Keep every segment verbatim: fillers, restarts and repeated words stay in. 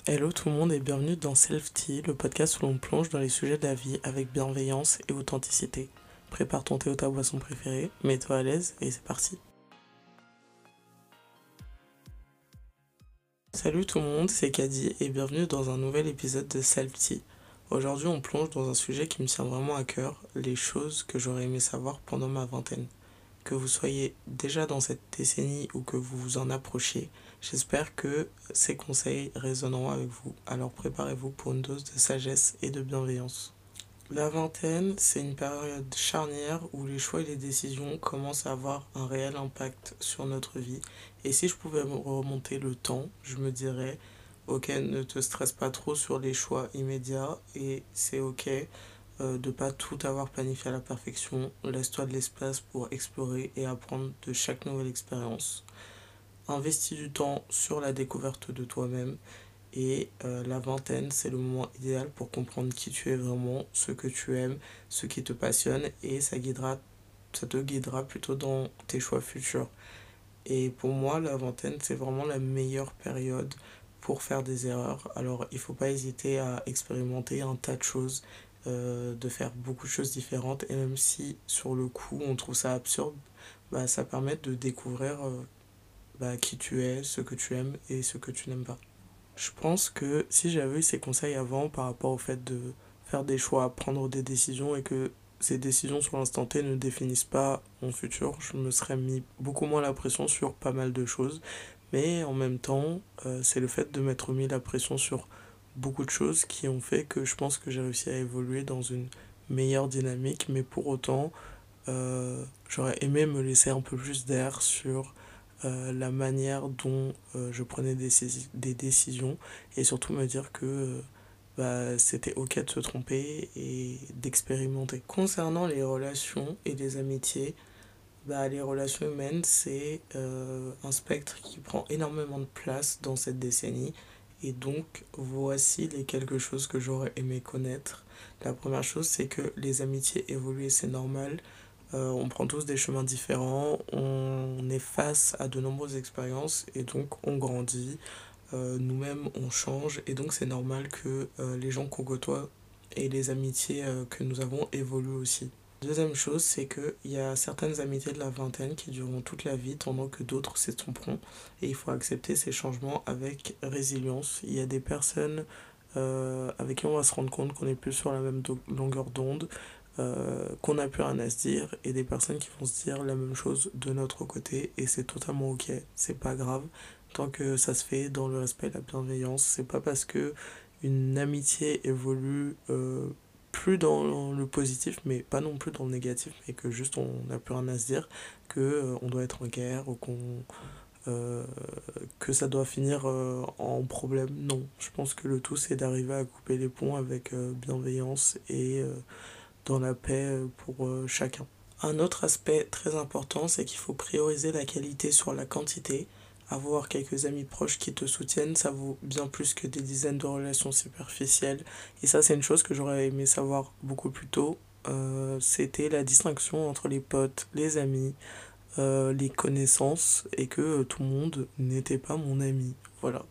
Hello tout le monde et bienvenue dans Self-Tea, le podcast où l'on plonge dans les sujets de la vie avec bienveillance et authenticité. Prépare ton thé ou ta boisson préférée, mets-toi à l'aise et c'est parti. Salut tout le monde, c'est Kadi et bienvenue dans un nouvel épisode de Self-Tea. Aujourd'hui on plonge dans un sujet qui me tient vraiment à cœur, les choses que j'aurais aimé savoir pendant ma vingtaine. Que vous soyez déjà dans cette décennie ou que vous vous en approchiez, j'espère que ces conseils résonneront avec vous. Alors préparez-vous pour une dose de sagesse et de bienveillance. La vingtaine, c'est une période charnière où les choix et les décisions commencent à avoir un réel impact sur notre vie. Et si je pouvais remonter le temps, je me dirais, ok, ne te stresse pas trop sur les choix immédiats et c'est ok euh, de pas tout avoir planifié à la perfection. Laisse-toi de l'espace pour explorer et apprendre de chaque nouvelle expérience. Investis du temps sur la découverte de toi-même et euh, la vingtaine, c'est le moment idéal pour comprendre qui tu es vraiment, ce que tu aimes, ce qui te passionne et ça guidera, ça te guidera plutôt dans tes choix futurs. Et pour moi, la vingtaine, c'est vraiment la meilleure période pour faire des erreurs. Alors, il ne faut pas hésiter à expérimenter un tas de choses, euh, de faire beaucoup de choses différentes. Et même si sur le coup, on trouve ça absurde, bah, ça permet de découvrir euh, bah, qui tu es, ce que tu aimes et ce que tu n'aimes pas. Je pense que si j'avais eu ces conseils avant par rapport au fait de faire des choix, prendre des décisions et que ces décisions sur l'instant T ne définissent pas mon futur, je me serais mis beaucoup moins la pression sur pas mal de choses. Mais en même temps, euh, c'est le fait de m'être mis la pression sur beaucoup de choses qui ont fait que je pense que j'ai réussi à évoluer dans une meilleure dynamique. Mais pour autant, euh, j'aurais aimé me laisser un peu plus d'air sur euh, la manière dont euh, je prenais des, des décisions et surtout me dire que euh, bah, c'était ok de se tromper et d'expérimenter. Concernant les relations et les amitiés, bah, les relations humaines, c'est euh, un spectre qui prend énormément de place dans cette décennie. Et donc, voici les quelque chose que j'aurais aimé connaître. La première chose, c'est que les amitiés évoluent et c'est normal. Euh, on prend tous des chemins différents, on est face à de nombreuses expériences et donc on grandit, euh, nous-mêmes on change et donc c'est normal que euh, les gens qu'on côtoie et les amitiés euh, que nous avons évoluent aussi. Deuxième chose, c'est qu'il y a certaines amitiés de la vingtaine qui dureront toute la vie, tandis que d'autres s'estomperont. Et il faut accepter ces changements avec résilience. Il y a des personnes euh, avec qui on va se rendre compte qu'on n'est plus sur la même do- longueur d'onde, euh, qu'on n'a plus rien à se dire, et des personnes qui vont se dire la même chose de notre côté, et c'est totalement ok, c'est pas grave, tant que ça se fait dans le respect et la bienveillance. C'est pas parce que une amitié évolue euh, plus dans le positif, mais pas non plus dans le négatif, mais que juste on n'a plus rien à se dire, que euh, on doit être en guerre ou qu'on euh, que ça doit finir euh, en problème. Non, je pense que le tout c'est d'arriver à couper les ponts avec euh, bienveillance et euh, dans la paix euh, pour euh, chacun. Un autre aspect très important, c'est qu'il faut prioriser la qualité sur la quantité. Avoir quelques amis proches qui te soutiennent, ça vaut bien plus que des dizaines de relations superficielles. Et ça, c'est une chose que j'aurais aimé savoir beaucoup plus tôt. Euh, c'était la distinction entre les potes, les amis, euh, les connaissances, et que euh, tout le monde n'était pas mon ami. Voilà.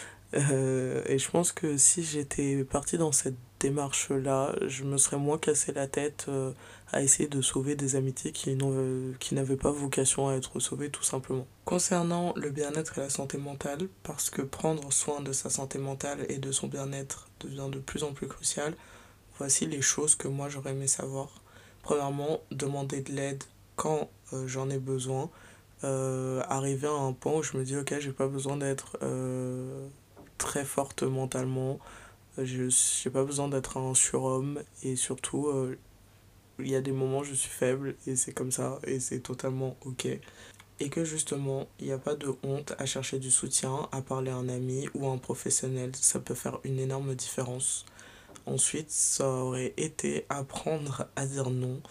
Euh, et je pense que si j'étais parti dans cette démarche-là, je me serais moins cassé la tête euh, à essayer de sauver des amitiés qui n'ont, euh, qui n'avaient pas vocation à être sauvées tout simplement. Concernant le bien-être et la santé mentale, parce que prendre soin de sa santé mentale et de son bien-être devient de plus en plus crucial, voici les choses que moi j'aurais aimé savoir. Premièrement, demander de l'aide quand euh, j'en ai besoin. Euh, arriver à un point où je me dis ok, j'ai pas besoin d'être euh, très forte mentalement. Je n'ai pas besoin d'être un surhomme et surtout, euh, il y a des moments où je suis faible et c'est comme ça et c'est totalement ok. Et que justement, il n'y a pas de honte à chercher du soutien, à parler à un ami ou à un professionnel. Ça peut faire une énorme différence. Ensuite, ça aurait été apprendre à dire non.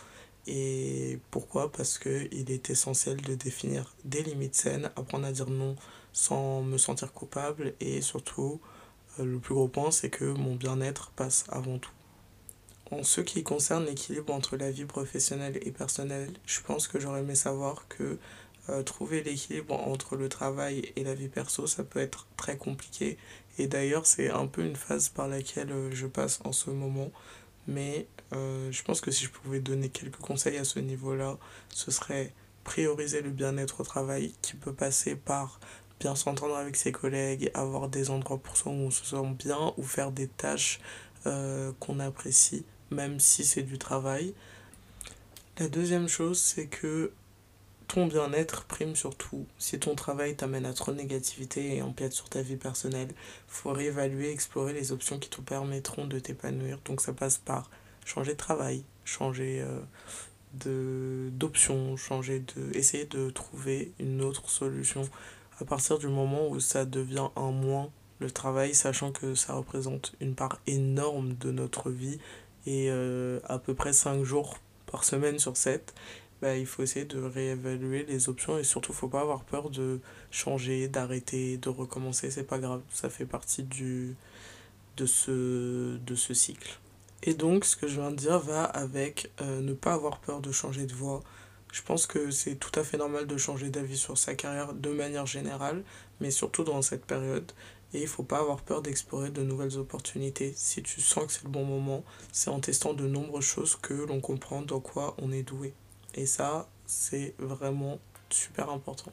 Et pourquoi? Parce qu'il est essentiel de définir des limites saines, apprendre à dire non sans me sentir coupable et surtout euh, le plus gros point, c'est que mon bien-être passe avant tout. En ce qui concerne l'équilibre entre la vie professionnelle et personnelle, je pense que j'aurais aimé savoir que Euh, trouver l'équilibre entre le travail et la vie perso, ça peut être très compliqué. Et d'ailleurs, c'est un peu une phase par laquelle euh, je passe en ce moment. Mais euh, je pense que si je pouvais donner quelques conseils à ce niveau-là, ce serait prioriser le bien-être au travail qui peut passer par bien s'entendre avec ses collègues, avoir des endroits pour soi où on se sent bien ou faire des tâches euh, qu'on apprécie, même si c'est du travail. La deuxième chose, c'est que ton bien-être prime surtout. Si ton travail t'amène à trop de négativité et empiète sur ta vie personnelle, faut réévaluer, explorer les options qui te permettront de t'épanouir. Donc ça passe par changer de travail, changer euh, de d'options, changer de essayer de trouver une autre solution à partir du moment où ça devient un moins le travail, sachant que ça représente une part énorme de notre vie et euh, à peu près cinq jours par semaine sur sept. Bah, il faut essayer de réévaluer les options et surtout faut pas avoir peur de changer, d'arrêter, de recommencer, c'est pas grave, ça fait partie du de ce de ce cycle. Et donc, ce que je viens de dire va avec euh, ne pas avoir peur de changer de voie. Je pense que c'est tout à fait normal de changer d'avis sur sa carrière de manière générale, mais surtout dans cette période. Et il ne faut pas avoir peur d'explorer de nouvelles opportunités. Si tu sens que c'est le bon moment, c'est en testant de nombreuses choses que l'on comprend dans quoi on est doué. Et ça, c'est vraiment super important.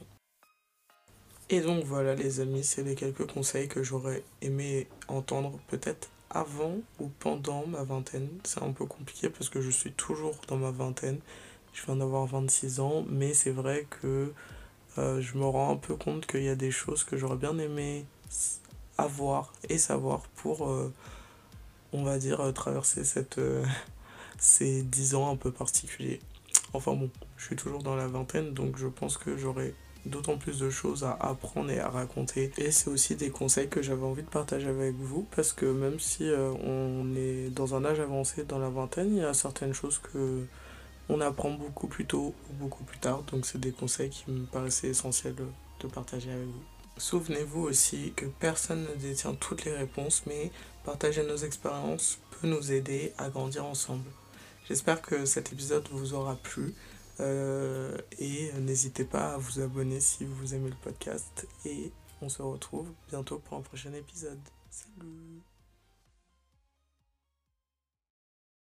Et donc voilà les amis, c'est les quelques conseils que j'aurais aimé entendre peut-être avant ou pendant ma vingtaine. C'est un peu compliqué parce que je suis toujours dans ma vingtaine. Je viens d'avoir vingt-six ans, mais c'est vrai que euh, je me rends un peu compte qu'il y a des choses que j'aurais bien aimé avoir et savoir pour, euh, on va dire, euh, traverser cette, euh, ces dix ans un peu particuliers. Enfin bon, je suis toujours dans la vingtaine, donc je pense que j'aurai d'autant plus de choses à apprendre et à raconter. Et c'est aussi des conseils que j'avais envie de partager avec vous, parce que même si euh, on est dans un âge avancé dans la vingtaine, il y a certaines choses que on apprend beaucoup plus tôt ou beaucoup plus tard, donc c'est des conseils qui me paraissaient essentiels de partager avec vous. Souvenez-vous aussi que personne ne détient toutes les réponses, mais partager nos expériences peut nous aider à grandir ensemble. J'espère que cet épisode vous aura plu euh, et n'hésitez pas à vous abonner si vous aimez le podcast et on se retrouve bientôt pour un prochain épisode. Salut!